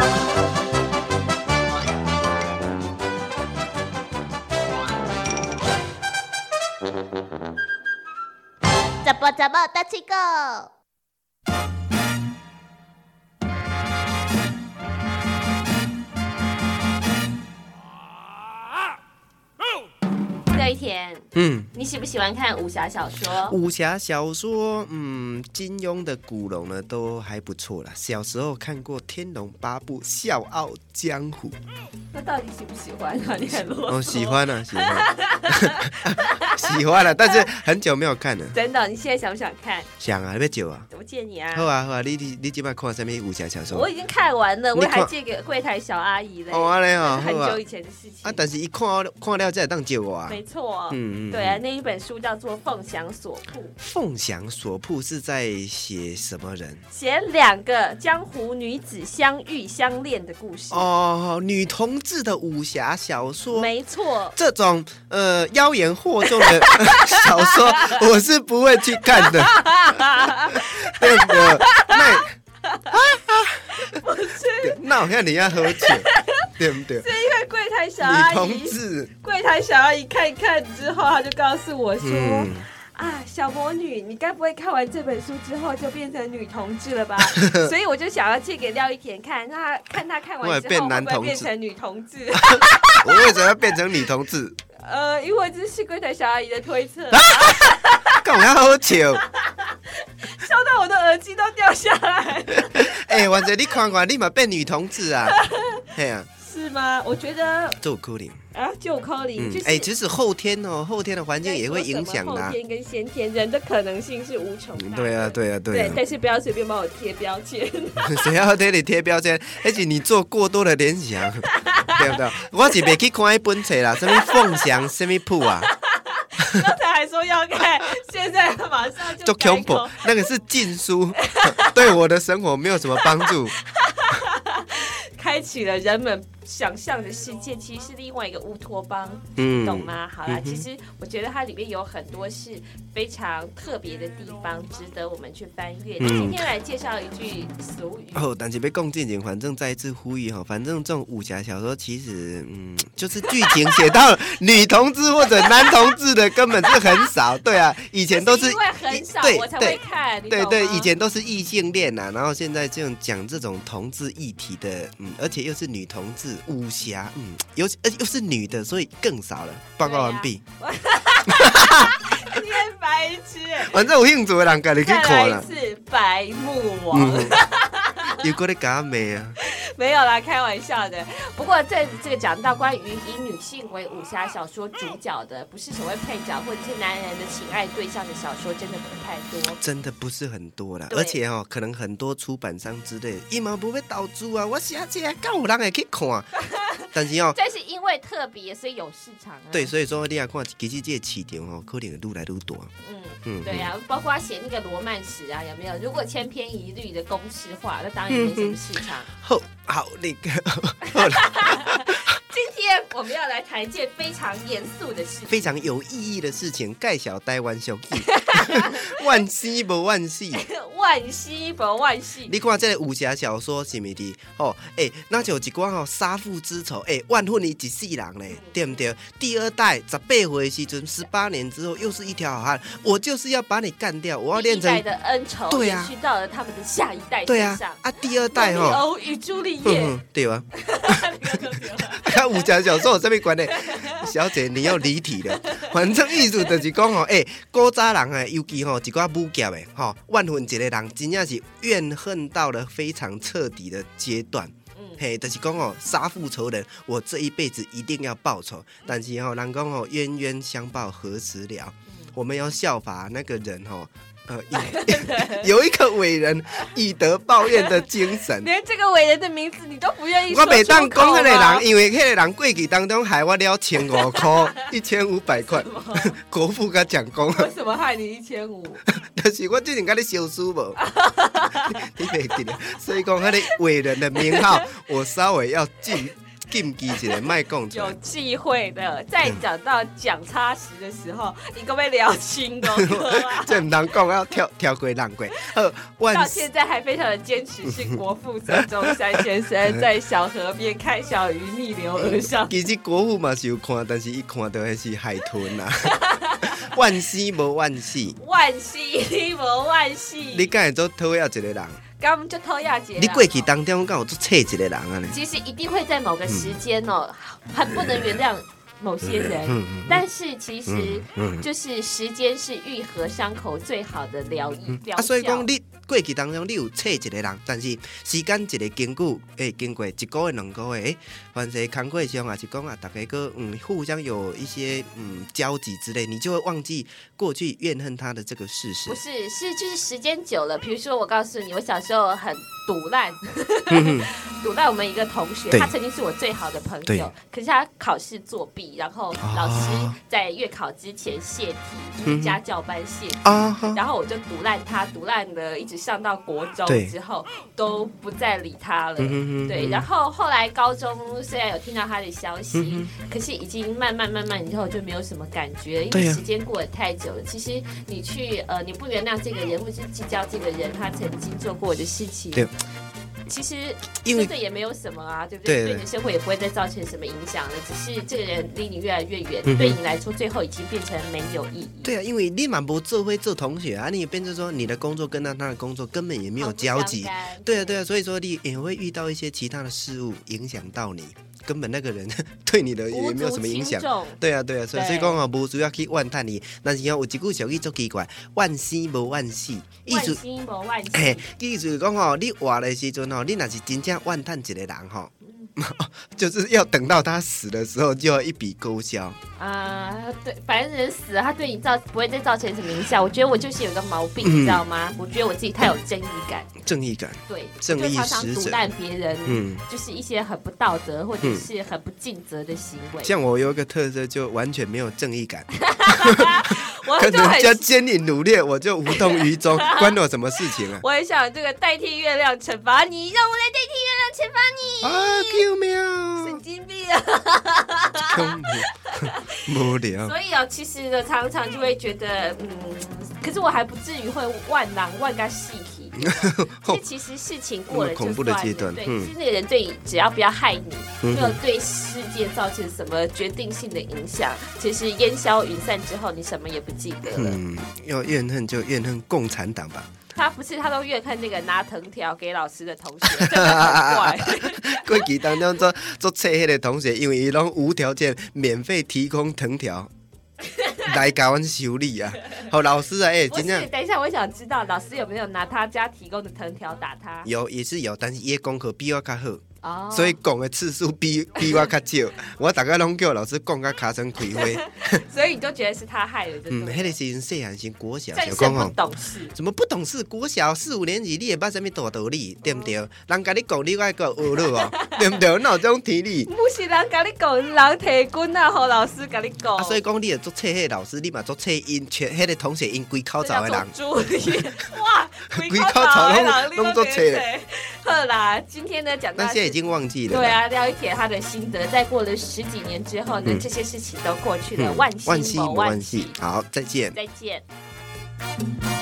怎么大七个？这一天，你喜不喜欢看武侠小说？ 武侠小说，金庸的古龙呢都还不错啦。小时候看过《天龙八部》《笑傲江湖》。 那到底喜不喜欢啊？你很啰嗦。 哦，喜欢啊，喜欢，喜欢了，但是很久没有看了。 真的？你现在想不想看？ 想啊，要久啊。 我借你啊。 好啊，好啊，你今晚看什么武侠小说？ 我已经看完了，我还借给柜台小阿姨嘞。 哦，安尼哦， 很久以前的事情啊。但是一看了再当借我啊。 没错，对啊，那一本书叫做《凤翔所铺》。 凤翔所铺是在写什么人？ 写两个江湖女子相遇相恋的故事。 哦，女同志的武侠小说。 没错， 这种妖言惑众的小说，我是不会去看的。对的， 不是， 那我看你要喝酒，对不对？ 是因为柜台小阿姨， 女同志， 柜台小阿姨看一看之后，她就告诉我说。小魔女，你该不会看完这本书之后就变成女同志了吧？所以我就想要借给廖一田看，看他看完之后会不会变成女同志？ 我为什么要变成女同志？ 因为这是柜台小阿姨的推测。 干嘛要喝酒？ 笑到我的耳机都掉下来。 完全你看看，你嘛变女同志啊？嘿啊。 是吗？我觉得就可能啊，就可能就是。 其实后天的环境也会影响的。 后天跟先天，人的可能性是无穷大的。对啊。对， 但是不要随便帮我贴标签。 谁要对你贴标签？而且你做过多的联想，对不对？我是没去看一本册啦，什么凤翔，什么铺啊？ 刚才还说要看，现在马上就恐怖，那个是禁书，对我的生活没有什么帮助。 开启了人们想象的世界，其实是另外一个乌托邦，懂吗？好啦，其实我觉得它里面有很多是非常特别的地方，值得我们去翻阅。今天来介绍一句俗语。 但是要讲正经，反正再一次呼吁反正这种武侠小说其实就是剧情写到女同志或者男同志的根本是很少。对啊，以前都是因为很少我才会看。 对，以前都是异性恋啊，然后现在这种讲这种同志议题的，而且又是女同志武侠，又是女的，所以更少了。报告完毕。 你很白痴。 反正有兴趣的人自己去看啦。 再来一次白目王。 又过来假美啊！ 没有啦，开玩笑的。不过在这个讲到关于以女性为武侠小说主角的，不是所谓配角或者是男人的情爱对象的小说，真的不太多， 真的不是很多啦。而且可能很多出版商之类，伊嘛不会投资啊，我写这个，敢有人会去看？但是但是因为特别，所以有市场啊。 对，所以说你要看，其实这个市场可能会越来越大。 对啊，包括写那个罗曼史啊，有没有？如果千篇一律的公式化，那当然没什么市场。 好，那个。 今天我们要来谈一件非常严肃的事情， 非常有意义的事情，介绍台湾俗语。万死无万死， 万死无万死。 你看这个武侠小说是咪的？那就有一寡杀父之仇，万分伊一世人嘞，对不对？第二代18岁的时阵，18年之后又是一条好汉，我就是要把你干掉，我要练成第一代的恩仇，对啊，延续到了他们的下一代身上。 第二代罗密欧与朱丽叶， 对啊。看武侠小说有什么关系？小姐，你又离题了。反正意思就是讲古早人尤其一寡武侠的万分一个人，真正是怨恨到了非常彻底的阶段。就是讲杀父仇人，我这一辈子一定要报仇。但是人讲冤冤相报何时了？我们要效法那个人有一个伟人以德报怨的精神， 连这个伟人的名字你都不愿意说出口吗？ 我袂当讲那个人，因为那个人过去当中害我了1500块，1500块，国父甲讲讲。 为什么害你1500？ 就是我最近跟你相思无，你袂记得，所以讲那个伟人的名号，我稍微要禁忌一个，卖讲出来。 有忌讳的，在讲到讲差时的时候，你可不可以聊清楚啊？ 这唔通讲，要跳过浪过。 到现在还非常的坚持，是国父孙中山先生在小河边看小鱼逆流而上。 其实国父嘛是有看，但是一看到迄是海豚啊。万死无万死， 万死无万死。 你敢会做讨厌一个人？ 刚就讨厌一个人。 你过去当中敢有做册一个人啊？ 其实一定会在某个时间哦，很不能原谅某些人，但是其实就是时间是愈合伤口最好的疗效。 所以讲你过去当中你有册一个人，但是时间一个经过，经过1个月、2个月，凡是工作上啊，是讲啊，大家个互相有一些交集之类，你就会忘记过去怨恨他的这个事实。 不是，是就是时间久了，比如说我告诉你，我小时候很赌烂，赌烂我们一个同学，他曾经是我最好的朋友，可是他考试作弊，然后老师在月考之前泄题，就是家教班泄题，然后我就赌烂他，赌烂了，一直上到国中之后都不再理他了。对，然后后来高中虽然有听到他的消息，可是已经慢慢以后就没有什么感觉，因为时间过得太久了。其实你去你不原谅这个人，或是计较这个人他曾经做过的事情。其实真的也没有什么啊，对不对？对你的生活也不会再造成什么影响了，只是这个人离你越来越远，对你来说最后已经变成没有意义。 对啊，因为你嘛不做会做同学啊，你也变成说你的工作跟他的工作根本也没有交集。对啊，所以说你也会遇到一些其他的事物影响到你。根本那个人对你的也没有什么影响，对啊，所以讲无需要去怨叹你。但是有一句俗语足奇怪，万死无万死， 万死无万死。 意思是讲你活的时阵你若是真正怨叹一个人就是要等到他死的时候就要一笔勾销对，反正人死了，他对你不会再造成什么影响。我觉得我就是有个毛病，你知道吗？我觉得我自己太有正义感。正义感，对，正义使者，常常毒烂别人，就是一些很不道德或者是很不尽责的行为。 像我有一个特色，就完全没有正义感。跟人家奸淫掳掠，我就无动于衷，关我什么事情啊？ 我很想这个代替月亮惩罚你，让我来代替月亮惩罚你啊！救命！ 神经病啊！ 无聊。 所以其实呢，常常就会觉得，可是我还不至于会万个细体。其实事情过了就算了，恐怖的阶段，对，是那个人对，只要不要害你，没有对世界造成什么决定性的影响，其实烟消云散之后，你什么也不记得了。 要怨恨就怨恨共产党吧。 他不是，他都怨恨那个拿藤条给老师的同学，真的很怪。 过去当中做册迄个同学，因为伊拢无条件免费提供藤条。来教阮修理啊！好，老师啊，真的。 等一下，我想知道老师有没有拿他家提供的藤条打他？ 有，也是有，但是伊的功课比我较好，所以讲的次数比我较少。我大概拢叫老师讲到尻川开花。 所以你就觉得是他害的， 迄个时阵细汉时国小， 就讲不懂事， 怎么不懂事？国小4、5年级，你也不知道什么大道理，对不对？人甲你讲，你爱个学了对不对？哪有这种体力？ 不是人甲你讲，人提棍啊，和老师甲你讲。 所以讲，你也做册迄个老师，你嘛做册因全迄个同学因规口罩的人。 哇，规口罩的人拢做册的。好啦，今天呢讲到， 但现在已经忘记了。 对啊，廖一铁他的心得，在过了10几年之后呢，这些事情都过去了，万幸不万幸。 好，再见。 再见。